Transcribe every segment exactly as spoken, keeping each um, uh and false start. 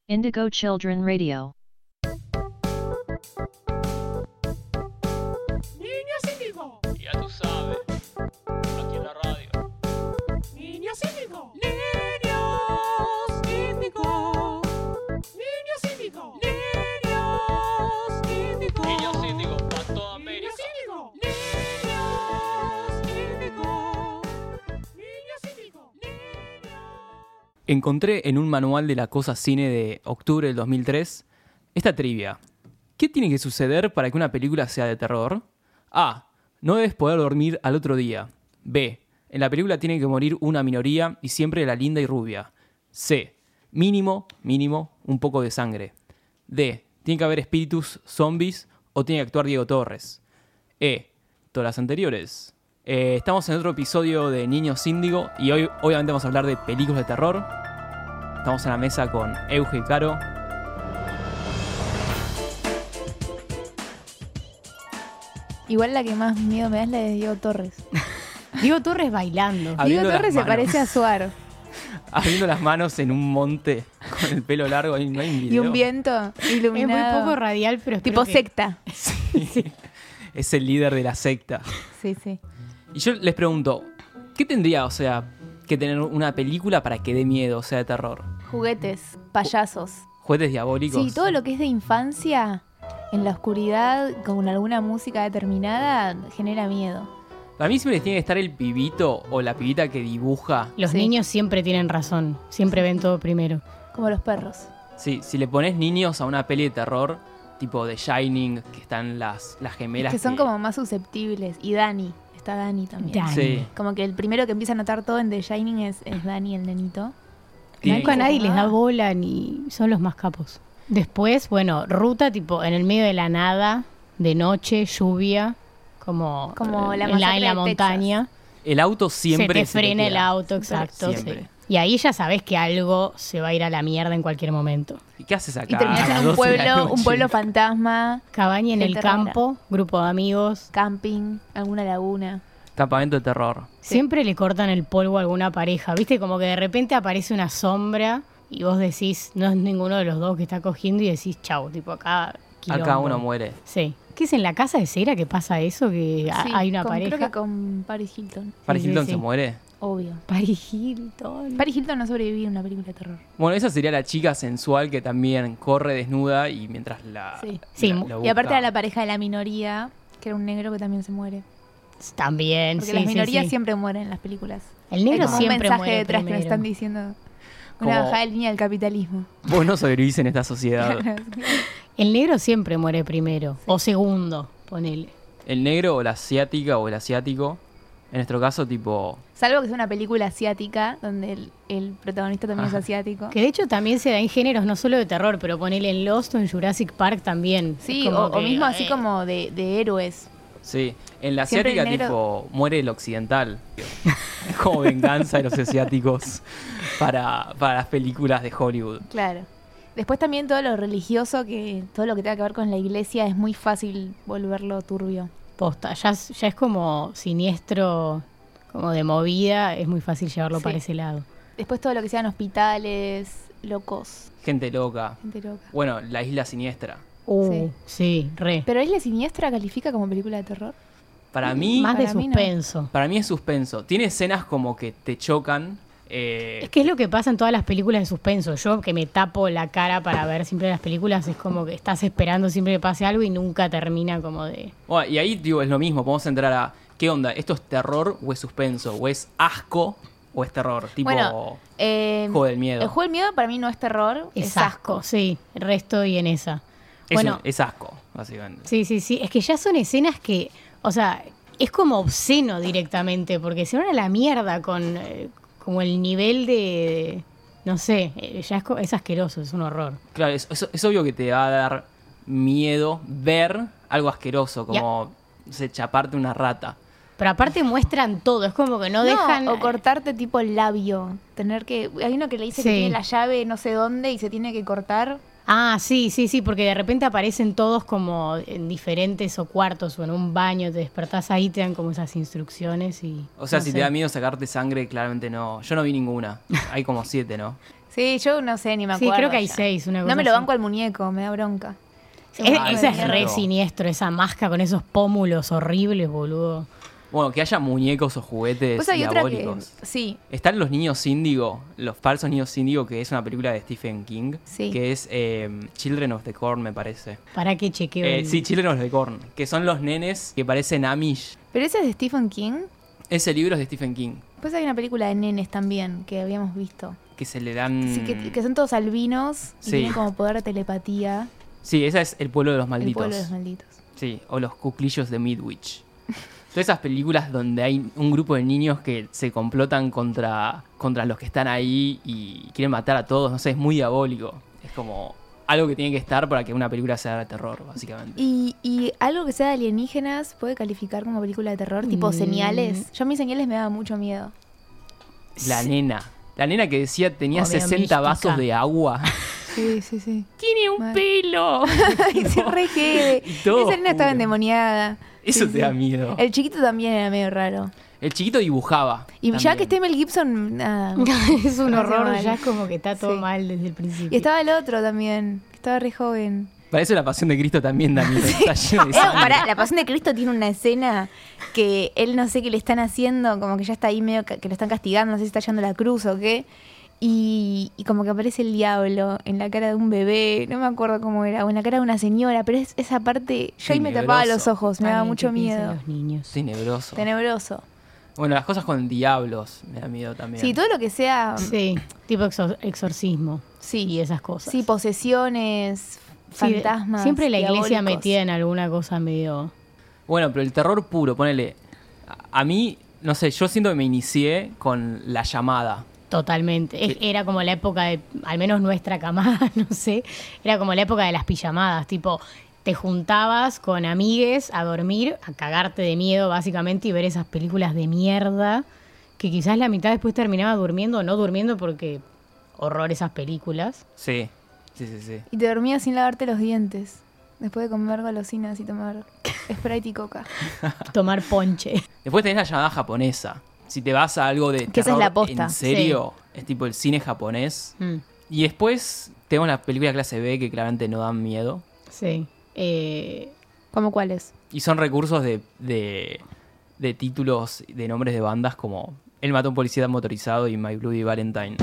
Indigo Children Radio. Niños Índigo. Ya tú sabes, aquí en la radio. Niños Índigo. Niños Índigo. Niños Índigo. Niños Índigo. Niños Índigo, para toda América. Niños Índigo. Niños Índigo. Niños Índigo. Encontré en un manual de la Cosa Cine de octubre del dos mil tres esta trivia. ¿Qué tiene que suceder para que una película sea de terror? A. No debes poder dormir al otro día. B. En la película tiene que morir una minoría y siempre la linda y rubia. C. Mínimo, mínimo, un poco de sangre. D. Tiene que haber espíritus zombies o tiene que actuar Diego Torres. E. Todas las anteriores. Eh, estamos en otro episodio de Niños Índigo y hoy obviamente vamos a hablar de películas de terror. Estamos en la mesa con Euge y Caro. Igual la que más miedo me da es la de Diego Torres. Diego Torres bailando. Abriendo Diego Torres se las manos. parece a Suar. Abriendo las manos en un monte con el pelo largo y no hay un Y video. un viento Es iluminado. muy poco radial, pero Tipo espero que- secta. Sí. Es el líder de la secta. Sí, sí. Y yo les pregunto, ¿qué tendría, o sea, que tener una película para que dé miedo, o sea, de terror? Juguetes, payasos. ¿Juguetes diabólicos? Sí, todo lo que es de infancia, en la oscuridad, con alguna música determinada, genera miedo. Para mí siempre tiene que estar el pibito o la pibita que dibuja. Los Sí. niños siempre tienen razón. Siempre ven todo primero. Como los perros. Sí, si le pones niños a una peli de terror, tipo The Shining, que están las, las gemelas. Que son como más susceptibles. Y Dani. Está Dani también. Dani. Sí. Como que el primero que empieza a notar todo en The Shining es, es Dani, el nenito. Tiene- Nunca a nadie les da Ah. bola ni son los más capos. Después, bueno, ruta tipo en el medio de la nada, de noche, lluvia, como, Como la en, la, masacre en la de montaña. El auto siempre se te frena el queda. auto, exacto. Siempre. Sí. Y ahí ya sabes que algo se va a ir a la mierda en cualquier momento. ¿Y qué haces acá? Y terminas a las en un doce de la pueblo, un noche? pueblo fantasma, Cabaña en el Gente rara. campo, grupo de amigos. camping, alguna laguna. Campamento de terror. Sí. Siempre le cortan el polvo a alguna pareja, ¿viste? Como que de repente aparece una sombra y vos decís, no es ninguno de los dos que está cogiendo y decís, chau, tipo acá quilombo. Acá uno muere. Sí. ¿Qué es en la casa de cera que pasa eso? Que ha- Sí, hay una con- pareja. Creo que con Paris Hilton. Paris sí, Hilton sí. se muere. Obvio. Paris Hilton. Paris Hilton no sobrevivió en una película de terror. Bueno, esa sería la chica sensual que también corre desnuda y mientras la. Sí. Sí, la- mu- la Y aparte busca. era la pareja de la minoría, que era un negro que también se muere. También, Porque sí, las sí, minorías sí. siempre mueren en las películas. El Hay negro como un siempre mensaje muere detrás que nos primero. están diciendo. Como- Una bajada de línea del capitalismo. Vos no sobrevivís en esta sociedad. El negro siempre muere primero. O segundo, ponele. El negro o la asiática o el asiático. En nuestro caso, tipo. Salvo que sea una película asiática, donde el, el protagonista también Ajá. es asiático. Que de hecho también se da en géneros no solo de terror, pero ponele en Lost o en Jurassic Park también. Sí, Es como o, o que, mismo así eh, como de, de héroes. Sí. En la Siempre el asiática, negro- tipo, muere el occidental. Es como venganza de los asiáticos para, para las películas de Hollywood. Claro. Después también todo lo religioso, que todo lo que tenga que ver con la iglesia, es muy fácil volverlo turbio. Posta, ya, es- ya es como siniestro, como de movida, es muy fácil llevarlo Sí. para ese lado. Después todo lo que sean hospitales, locos, Gente loca. gente loca. Bueno, la isla siniestra. Uh, sí, re. ¿Pero Isla Siniestra califica como película de terror? Para mí. Más de para mí no. suspenso. Para mí es suspenso. Tiene escenas como que te chocan. eh, Es que es lo que pasa en todas las películas de suspenso. Yo que me tapo la cara para ver siempre las películas, es como que estás esperando siempre que pase algo y nunca termina como de... Bueno, y ahí digo, es lo mismo. Podemos entrar a. ¿Qué onda? ¿Esto es terror o es suspenso? ¿O es asco o es terror? Tipo. Bueno, Eh, Juego del miedo. El juego del miedo para mí no es terror, es, Es asco, sí, resto y en esa. es, bueno, un- es asco, básicamente. sí, sí, sí. Es que ya son escenas que, o sea, es como obsceno directamente, porque se van a la mierda con eh, como el nivel de, no sé, eh, ya es, co- es asqueroso, es un horror. Claro, es, es- es obvio que te va a dar miedo ver algo asqueroso, como no sé, chaparte una rata. Pero aparte muestran todo, es como que no, No, dejan... o cortarte tipo el labio. Tener que. Hay uno que le dice Sí. que tiene la llave no sé dónde y se tiene que cortar. Ah, sí, sí, sí, porque de repente aparecen todos como en diferentes o cuartos o en un baño, te despertás ahí, te dan como esas instrucciones y... O sea, no si sé. te da miedo sacarte sangre, claramente no. Yo no vi ninguna. Hay como siete, ¿no? Sí, yo no sé, ni me Sí, acuerdo. creo que hay ya. seis, una cosa No me lo así. banco al muñeco, me da bronca. Es- Ay, esa es mierda. re siniestro, esa máscara con esos pómulos horribles, boludo. Bueno, que haya muñecos o juguetes Pues hay otra que... diabólicos. Sí, Están los niños índigo, los falsos niños índigo, que es una película de Stephen King, Sí. que es eh, Children of the Corn, me parece. ¿Para qué chequeo? Eh, el- sí, Children of the Corn, que son los nenes que parecen Amish. pero ese es de Stephen King. Ese libro es de Stephen King, Pues hay una película de nenes también que habíamos visto. que se le dan... Sí, que, que son todos albinos y Sí. tienen como poder de telepatía. Sí, esa es El pueblo de los El malditos. pueblo de los malditos. Sí, o los cuclillos de Midwich. Todas esas películas donde hay un grupo de niños que se complotan contra, contra los que están ahí y quieren matar a todos, no sé, es muy diabólico. Es como algo que tiene que estar para que una película sea de terror, básicamente. Y, y algo que sea de alienígenas puede calificar como película de terror, tipo Mm. Señales. Yo a mis Señales me daba mucho miedo. La nena. La nena que decía tenía Obvio, sesenta mística. vasos de agua. Sí, sí, sí. ¡Tiene un Mal. pelo! Ay, se re jede. Y todo Esa nena estaba oscuro. endemoniada. Eso Sí, te sí. da miedo. El chiquito también era medio raro. El chiquito dibujaba. Y ya también. que esté Mel Gibson, nada. es un Me hace horror, mal. ya es como que está todo Sí. mal desde el principio. Y estaba el otro también, que estaba re joven. Para eso la pasión de Cristo también da miedo. Está lleno de Eh, sangre. pará, la Pasión de Cristo tiene una escena que él no sé qué le están haciendo, como que ya está ahí medio ca- que lo están castigando, no sé si está yendo a la cruz o qué. Y, y como que aparece el diablo en la cara de un bebé, no me acuerdo cómo era, o en la cara de una señora, pero es esa parte, yo ahí me tapaba Tenebroso. los ojos, me daba Ay, mucho ¿qué piensan miedo. los niños? Tenebroso. Tenebroso. Bueno, las cosas con diablos me da miedo también. Sí, todo lo que sea, Sí, tipo exor- exorcismo sí, y esas cosas. sí, posesiones, Sí, fantasmas. siempre la iglesia diabólicos. metida en alguna cosa medio... Bueno, pero el terror puro, ponele. A, a mí, no sé, yo siento que me inicié con La Llamada. Totalmente. Es- Sí. Era como la época de, al menos nuestra camada, no sé, era como la época de las pijamadas, tipo, te juntabas con amigues a dormir, a cagarte de miedo básicamente y ver esas películas de mierda que quizás la mitad después terminaba durmiendo o no durmiendo porque horror esas películas. Sí, sí, sí, sí. Y te dormías sin lavarte los dientes, después de comer golosinas y tomar Sprite y Coca. Tomar ponche. Después tenés La Llamada japonesa. Si te vas a algo de Que esa es terror la posta, en serio, es tipo el cine japonés. Mm, Y después tenemos las películas clase B que claramente no dan miedo. sí. Eh, ¿Cómo cuáles? Y son recursos de, de, de títulos de nombres de bandas como El mató a un policía motorizado y My Bloody Valentine.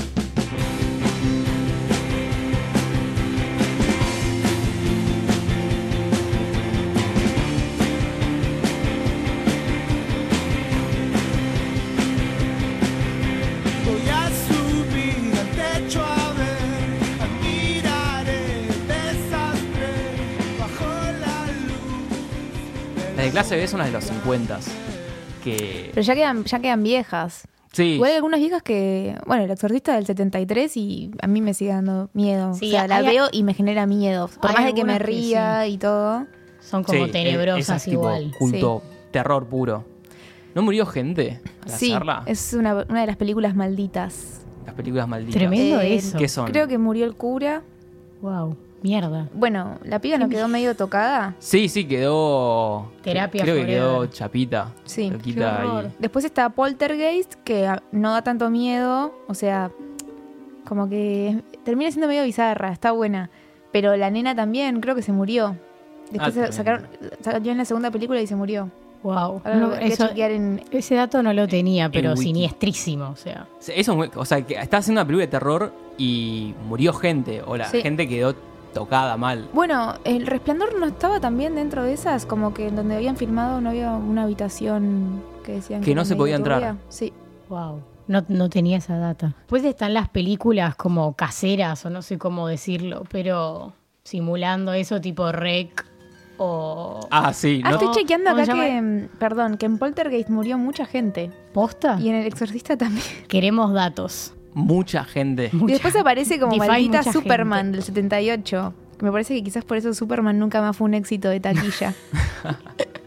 Voy a subir al techo a ver, admiraré el desastre bajo la luz. Las de clase B son las de los cincuenta. Que. Pero ya quedan, ya quedan viejas. Sí, Igual hay algunas viejas que, bueno, el exorcista del setenta y tres y a mí me sigue dando miedo. Sí, o sea, la hay- veo y me genera miedo. Por hay más de que me algunas que ría y todo. son como sí, tenebrosas esas tipo igual. culto, terror puro. ¿No murió gente al Sí, hacerla? es una, una de las películas malditas. Las películas malditas. Tremendo eso. ¿Qué son? Creo que murió el cura. Wow, mierda. Bueno, la piba no quedó medio tocada. Sí, sí, quedó. Terapia Creo que forever. quedó chapita. Sí, loquita qué ahí. horror. Después está Poltergeist, que ah, no da tanto miedo. O sea, como que termina siendo medio bizarra, está buena. Pero la nena también, creo que se murió. Después Ah, se- sacaron, salió en la segunda película y se murió. Wow. Ahora lo voy a chequear en... Ese dato no lo tenía, pero wiki. siniestrísimo, o sea. Eso es muy- o sea, que está haciendo una película de terror y murió gente. O la Sí. gente quedó tocada mal. Bueno, El Resplandor no estaba también dentro de esas, como que en donde habían filmado no había una habitación que decían Que no era se podía medio entrar. turbia. Sí. Wow. No, no tenía esa data. Después están las películas como caseras, o no sé cómo decirlo, pero simulando eso tipo Rec o Ah, sí. Ah, no- estoy chequeando ¿cómo acá se llama? que, mm, perdón, que en Poltergeist murió mucha gente. posta. Y en El Exorcista también. Queremos datos. Mucha gente. Y después aparece como Define maldita mucha Superman gente. del setenta y ocho. Que me parece que quizás por eso Superman nunca más fue un éxito de taquilla.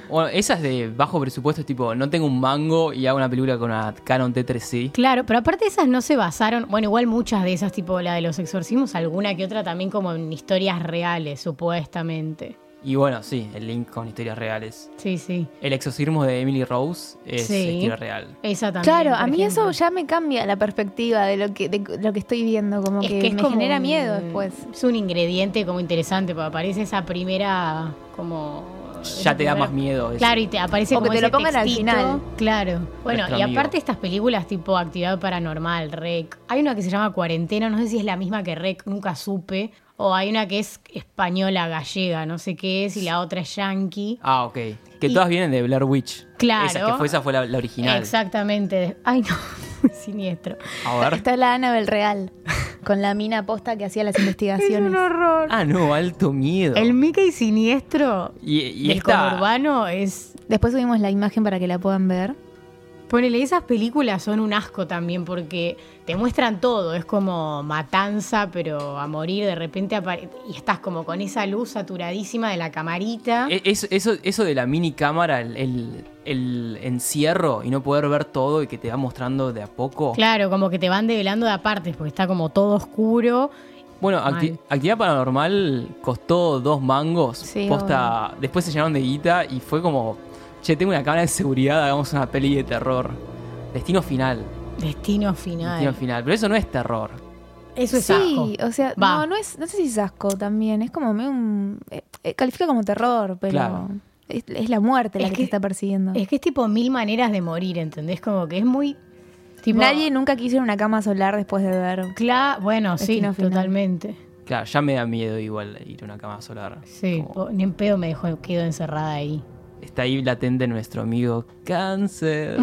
Bueno, esas de bajo presupuesto es tipo, no tengo un mango y hago una película con una Canon T tres C. Claro, pero aparte esas no se basaron, bueno, igual muchas de esas, tipo la de los exorcismos, alguna que otra también como en historias reales, supuestamente. Y bueno, sí, el link con historias reales. Sí, sí. El exorcismo de Emily Rose es Sí. historia real. Esa también. Claro, a por mí ejemplo. eso ya me cambia la perspectiva de lo que, de lo que estoy viendo, como Es que, que es me como genera un- miedo después. Es un ingrediente como interesante, porque aparece esa primera como... Ya te da primera- más miedo eso. Claro, y te aparece O que como te ese lo pongan al textito. final. Claro. Bueno, Nuestro y amigo. aparte estas películas tipo Actividad Paranormal, Rec. Hay una que se llama Cuarentena, no sé si es la misma que Rec, nunca supe. O hay una que es española, gallega, no sé qué es, y la otra es yankee. Ah, ok. Que Y- todas vienen de Blair Witch. Claro. Esa, que fue, esa fue la, la original. Exactamente. Ay, no, muy siniestro. A ver. Está la Annabelle real, con la mina posta que hacía las investigaciones. horror. Ah, no, alto miedo. El Mickey siniestro y y del esta... conurbano es... Después subimos la imagen para que la puedan ver. Ponele, esas películas son un asco también porque te muestran todo, es como matanza, pero a morir de repente apare- y estás como con esa luz saturadísima de la camarita. E- Eso, eso, eso de la mini cámara, el, el- el encierro y no poder ver todo y que te va mostrando de a poco. Claro, como que te van develando de apartes porque está como todo oscuro. Bueno, acti- Mal. Actividad Paranormal costó dos mangos. Sí, Posta, después se llenaron de guita y fue como, che, tengo una cámara de seguridad, hagamos una peli de terror. Destino final. Destino final. Destino final. Pero eso no es terror. Eso es sí, asco. o sea, Va. no, no es, no sé si es asco también, es como medio un, eh, eh, califica como terror, pero Claro. es, es la muerte la Es que, que- te está persiguiendo. Es que es tipo mil maneras de morir, ¿entendés? Como que es muy... Tipo, Nadie nunca quiso ir a una cama solar después de ver. Cla- bueno, sí, Destino final. totalmente. Claro, ya me da miedo igual ir a una cama solar. Sí, Como, o- ni en pedo me dejó, quedo encerrada ahí. está ahí latente nuestro amigo cáncer.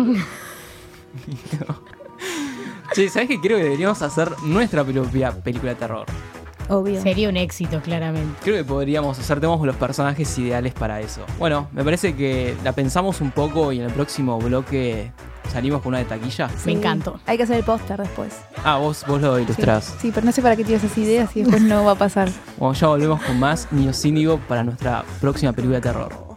Che, ¿sabes qué? Creo que deberíamos hacer nuestra propia película de terror. Obvio. Sería un éxito, claramente. Creo que podríamos hacer, tenemos los personajes ideales para eso. Bueno, me parece que la pensamos un poco y en el próximo bloque salimos con una de taquilla. Me encantó. Hay que hacer el póster después. Ah, vos, vos lo ilustrás. Sí, pero no sé para qué tienes esas ideas y después no va a pasar. Bueno, ya volvemos con más Niños Índigo para nuestra próxima película de terror.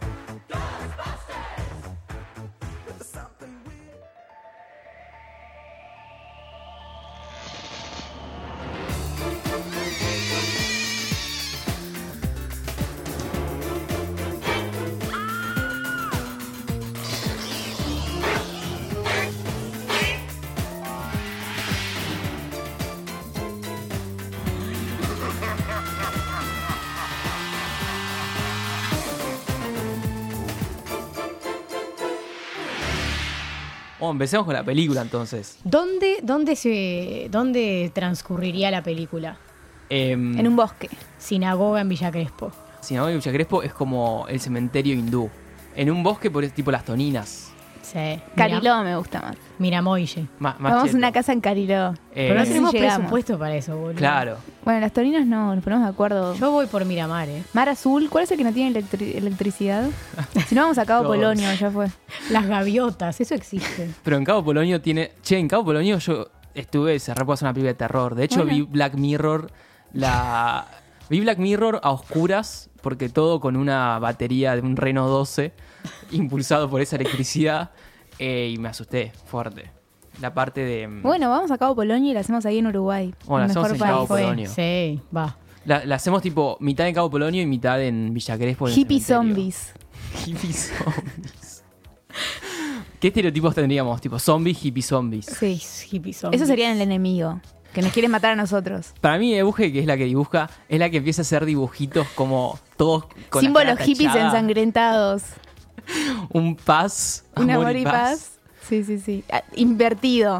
Bueno, empecemos con la película entonces. ¿Dónde, dónde, se, ¿Dónde transcurriría la película? Em, En un bosque. Sinagoga en Villa Crespo. Sinagoga de Villa Crespo es como el cementerio hindú. En un bosque, por tipo las toninas. Sí. Mira- Cariló me gusta más. Miramoille. Má- más Vamos a cheto. una casa en Cariló. Eh, Pero no sé si tenemos llegamos. presupuesto para eso, boludo. Claro. Bueno, las torinas no, nos ponemos de acuerdo. Yo voy por Miramar, ¿eh? Mar Azul, ¿cuál es el que no tiene electri- electricidad? Si no, vamos a Cabo Todos. Polonio, ya fue. Las gaviotas, eso existe. Pero en Cabo Polonio tiene... Che, en Cabo Polonio yo estuve, se repuso hacer una película de terror. De hecho, Bueno. vi Black Mirror, la... Vi Black Mirror a oscuras, porque todo con una batería de un Reno doce, impulsado por esa electricidad, eh, y me asusté fuerte. La parte de... Bueno, vamos a Cabo Polonio y la hacemos ahí en Uruguay. Bueno, El la hacemos mejor en país. Cabo Fue. Polonio. Sí, va. La, la hacemos tipo mitad en Cabo Polonio y mitad en Villa Crespo. en el Hippie cementerio. zombies. Hippie zombies. ¿Qué estereotipos tendríamos? Tipo zombies, hippie zombies. Sí. Hippies son. Eso sería el enemigo, que nos quiere matar a nosotros. Para mí, Euge, que es la que dibuja, es la que empieza a hacer dibujitos como todos con la Símbolos cara hippies tachada. ensangrentados. Un paz. Un amor y paz. Sí, sí, sí. Ah, invertido.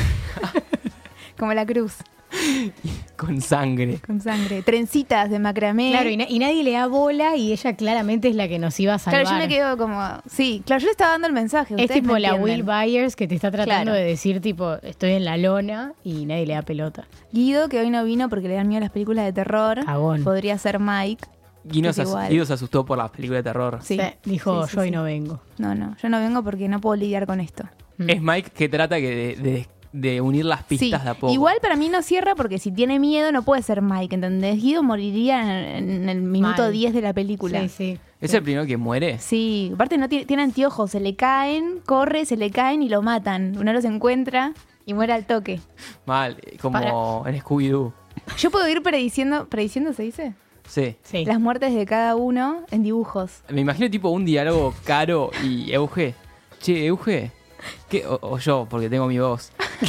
Como la cruz, Con sangre. con sangre. Trencitas de macramé. Claro, y, na- y nadie le da bola y ella claramente es la que nos iba a salvar. Claro, yo me quedo como... Sí, claro, yo le estaba dando el mensaje. Es ustedes tipo me la Will entienden. Byers que te está tratando Claro. de decir, tipo, estoy en la lona y nadie le da pelota. Guido, que hoy no vino porque le dan miedo a las películas de terror. Cagón. Podría ser Mike. Guido Es se, as- igual. Guido se asustó por las películas de terror. Sí. Sí, dijo, Sí, sí, yo hoy sí. no vengo. No, no, yo no vengo porque no puedo lidiar con esto. Mm. Es Mike que trata que de, de- de unir las pistas Sí, de a poco. igual para mí no cierra porque si tiene miedo no puede ser Mike, ¿entendés? Guido moriría en, en el minuto Mal. diez de la película. Sí, sí. ¿Es el primero que muere? Sí, aparte no tiene, tiene anteojos, se le caen, corre, se le caen y lo matan. Uno los encuentra y muere al toque. Mal, como en Scooby-Doo. Yo puedo ir prediciendo, prediciendo se dice, Sí. Sí. las muertes de cada uno en dibujos. Me imagino tipo un diálogo Caro y Euge. Che, Euge. ¿Qué? O, o yo, porque tengo mi voz.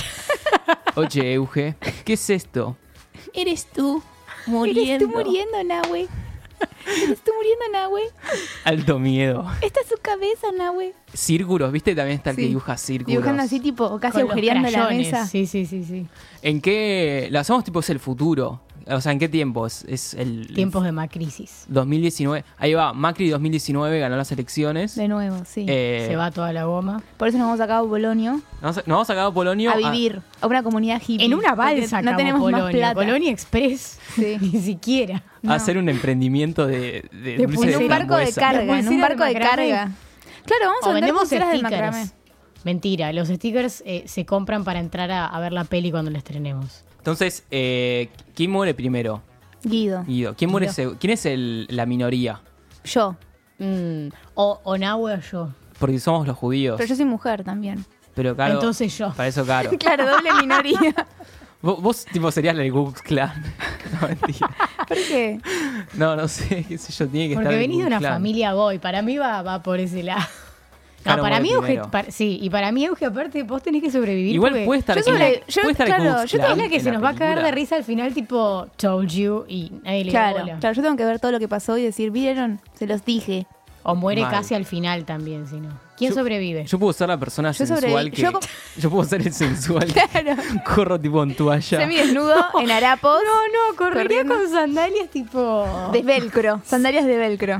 Oye, Euge, ¿qué es esto? Eres tú muriendo. Eres tú muriendo, Nahue. Eres tú muriendo, Nahue. Alto miedo. Esta es su cabeza, Nahue. Círculos, ¿viste? También está el que Sí. dibuja círculos. Dibujando así, tipo, casi Con los agujereando la crayones. mesa. Sí, sí, sí, sí. ¿En qué? Lo hacemos tipo es el futuro. O sea, ¿en qué tiempo? Es, es el Tiempos de Macrisis. dos mil diecinueve. Ahí va, Macri dos mil diecinueve ganó las elecciones. De nuevo, sí. Eh, Se va toda la goma. Por eso nos vamos a Cabo Polonio Nos, nos vamos a Cabo Polonio a vivir a una comunidad hippie. En una porque balsa, no Cabo tenemos más Polonia. plata. Polonia Express. Sí. Ni siquiera. a, a hacer un emprendimiento de, de, De dulce En un Sí. barco de frambuesa. carga, De en un pulsera barco de de macramé. carga. Claro, vamos a O vender vendemos pulseras de macramé. stickers. Mentira, los stickers eh, se compran para entrar a, a ver la peli cuando la estrenemos. Entonces, eh, ¿quién muere primero? Guido. Guido. ¿Quién muere Guido. seg- ¿Quién es el, la minoría? Yo. Mm, O, o Nahue o yo. Porque somos los judíos. Pero yo soy mujer también. Pero Caro, Entonces yo. para eso Caro. Claro, doble minoría. vos, vos, tipo serías la del Ku Klux Klan. No, mentira. ¿Por qué? No, no sé, qué sé yo, tiene que Porque estar el venís de Ku una Klux Klan. familia goy. Para mí va, va por ese lado. No, Caro para muere mí, Euge, primero. para- sí, y para mí, Euge, aparte, vos tenés que sobrevivir. Igual porque puede estar, Yo en la- sobre- yo- puede estar el claro, Ku Klux yo Klan Es la que en se nos va a caer de película. risa al final, tipo, told you, y nadie le da Claro, bola. claro, yo tengo que ver todo lo que pasó y decir, ¿vieron? Se los dije. O muere Mal. casi al final también, si no. ¿Quién Yo- sobrevive? Yo puedo ser la persona Yo sensual sobreviví- que... yo Yo, com- puedo ser el sensual que Claro. corro tipo en toalla. Semidesnudo, en harapos, No, no, correría Corriendo. con sandalias tipo... de velcro. Sandalias de velcro.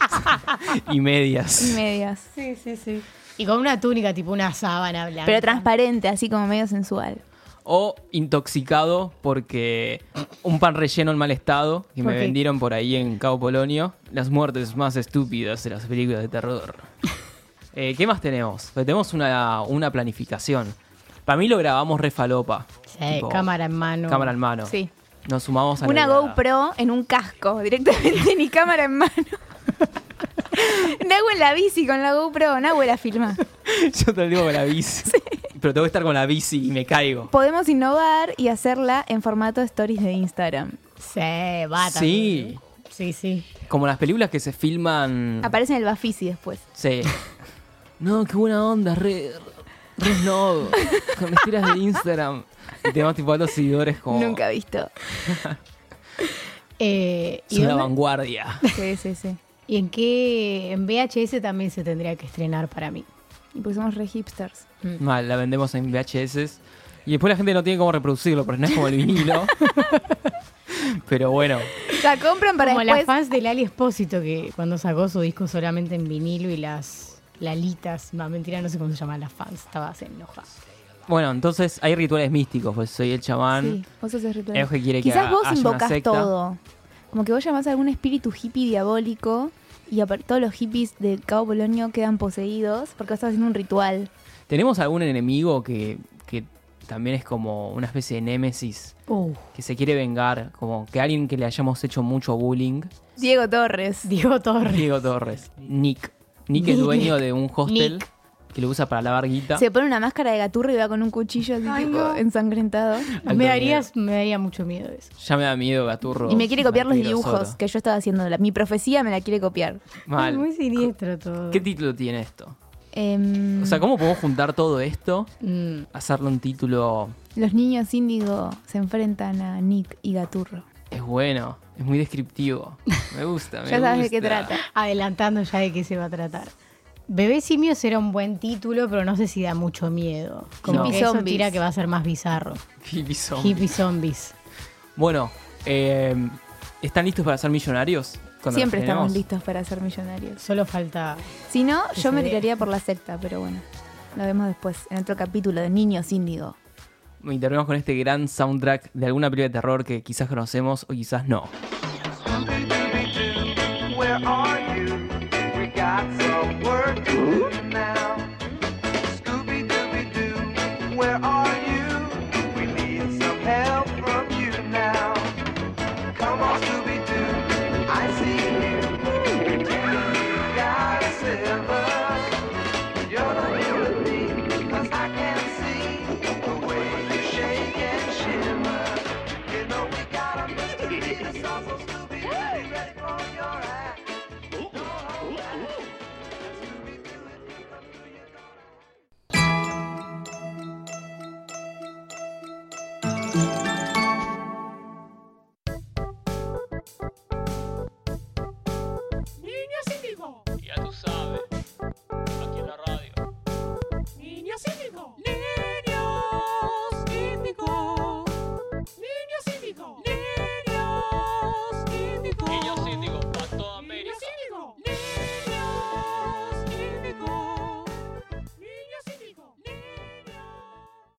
Y medias. Y medias. Sí, sí, sí. Y con una túnica tipo una sábana blanca. Pero transparente, así como medio sensual. O intoxicado porque un pan relleno en mal estado que me ¿Por qué? vendieron por ahí en Cabo Polonio. Las muertes más estúpidas de las películas de terror. Eh, ¿Qué más tenemos? Pues tenemos una, una planificación. Para mí lo grabamos re falopa. Sí, Tipo, cámara en mano. Cámara en mano. Sí. Nos sumamos a Una la- GoPro en un casco, directamente ni cámara en mano. Nahue en la bici con la GoPro, Nahue la filma. Yo te lo digo con la bici. Pero tengo que estar con la bici y me caigo. Podemos innovar y hacerla en formato stories de Instagram. Sí, va Sí. también. Sí, sí. Como las películas que se filman. Aparece en el Bafisi después. Sí. No, qué buena onda, re, re snob. Con las tiras de Instagram. Y tenemos tipo a los seguidores como. Nunca visto. Eh, Es ¿y, una dónde- vanguardia. Sí, sí, sí. ¿Y en qué? En V H S también se tendría que estrenar para mí. Y pues somos re hipsters. Mal, la vendemos en V H S. Y después la gente no tiene cómo reproducirlo, porque no es como el vinilo. Pero bueno. La compran para Como después. las fans de Lali Espósito, que cuando sacó su disco solamente en vinilo y las lalitas, no, mentira, no sé cómo se llaman las fans, estaba se enojada. Bueno, entonces hay rituales místicos, pues soy el chamán. Sí, vos sos el ritual. Euge quiere que Quizás haga- vos haya una invocás secta. todo. Como que vos llamás a algún espíritu hippie diabólico y apar- todos los hippies de Cabo Polonio quedan poseídos porque vos estás haciendo un ritual. ¿Tenemos algún enemigo que, que también es como una especie de némesis? Uh, Que se quiere vengar, como que alguien que le hayamos hecho mucho bullying. Diego Torres. Diego Torres. Diego Torres. Nick. Nick es Nick. dueño de un hostel Nick. que lo usa para lavar guita. Se pone una máscara de gaturro y va con un cuchillo así Ay, tipo no. ensangrentado. Alto Me daría, miedo. me daría mucho miedo eso. Ya me da miedo, Gaturro. Y me quiere copiar los Vampiro dibujos solo. que yo estaba haciendo. La- mi profecía me la quiere copiar. Mal. Es muy siniestro todo. ¿Qué título tiene esto? Em, O sea, ¿cómo podemos juntar todo esto? Mm, Hacerle un título. los niños índigo se enfrentan a Nick y Gaturro. Es bueno, es muy descriptivo. Me gusta, me Ya sabes de qué gusta. trata. adelantando ya de qué se va a tratar. Bebé Simios era un buen título, pero no sé si da mucho miedo. Como No. que Hippie eso zombies. tira que va a ser más bizarro. Hippie zombie. Hippie zombies. Bueno, eh, ¿están listos para ser millonarios? Cuando Siempre nos estamos tenemos? listos para ser millonarios. Solo falta... Si no, Que yo se me vea. tiraría por la secta, pero bueno. Lo vemos después, en otro capítulo de Niños Índigo. Intervenimos con este gran soundtrack de alguna película de terror que quizás conocemos o quizás no. Where are you? We got some work to do now. Scooby Dooby Doo, where are you? We need some help from you now. Come on, Scooby Doo, I see you. Ya tú sabes.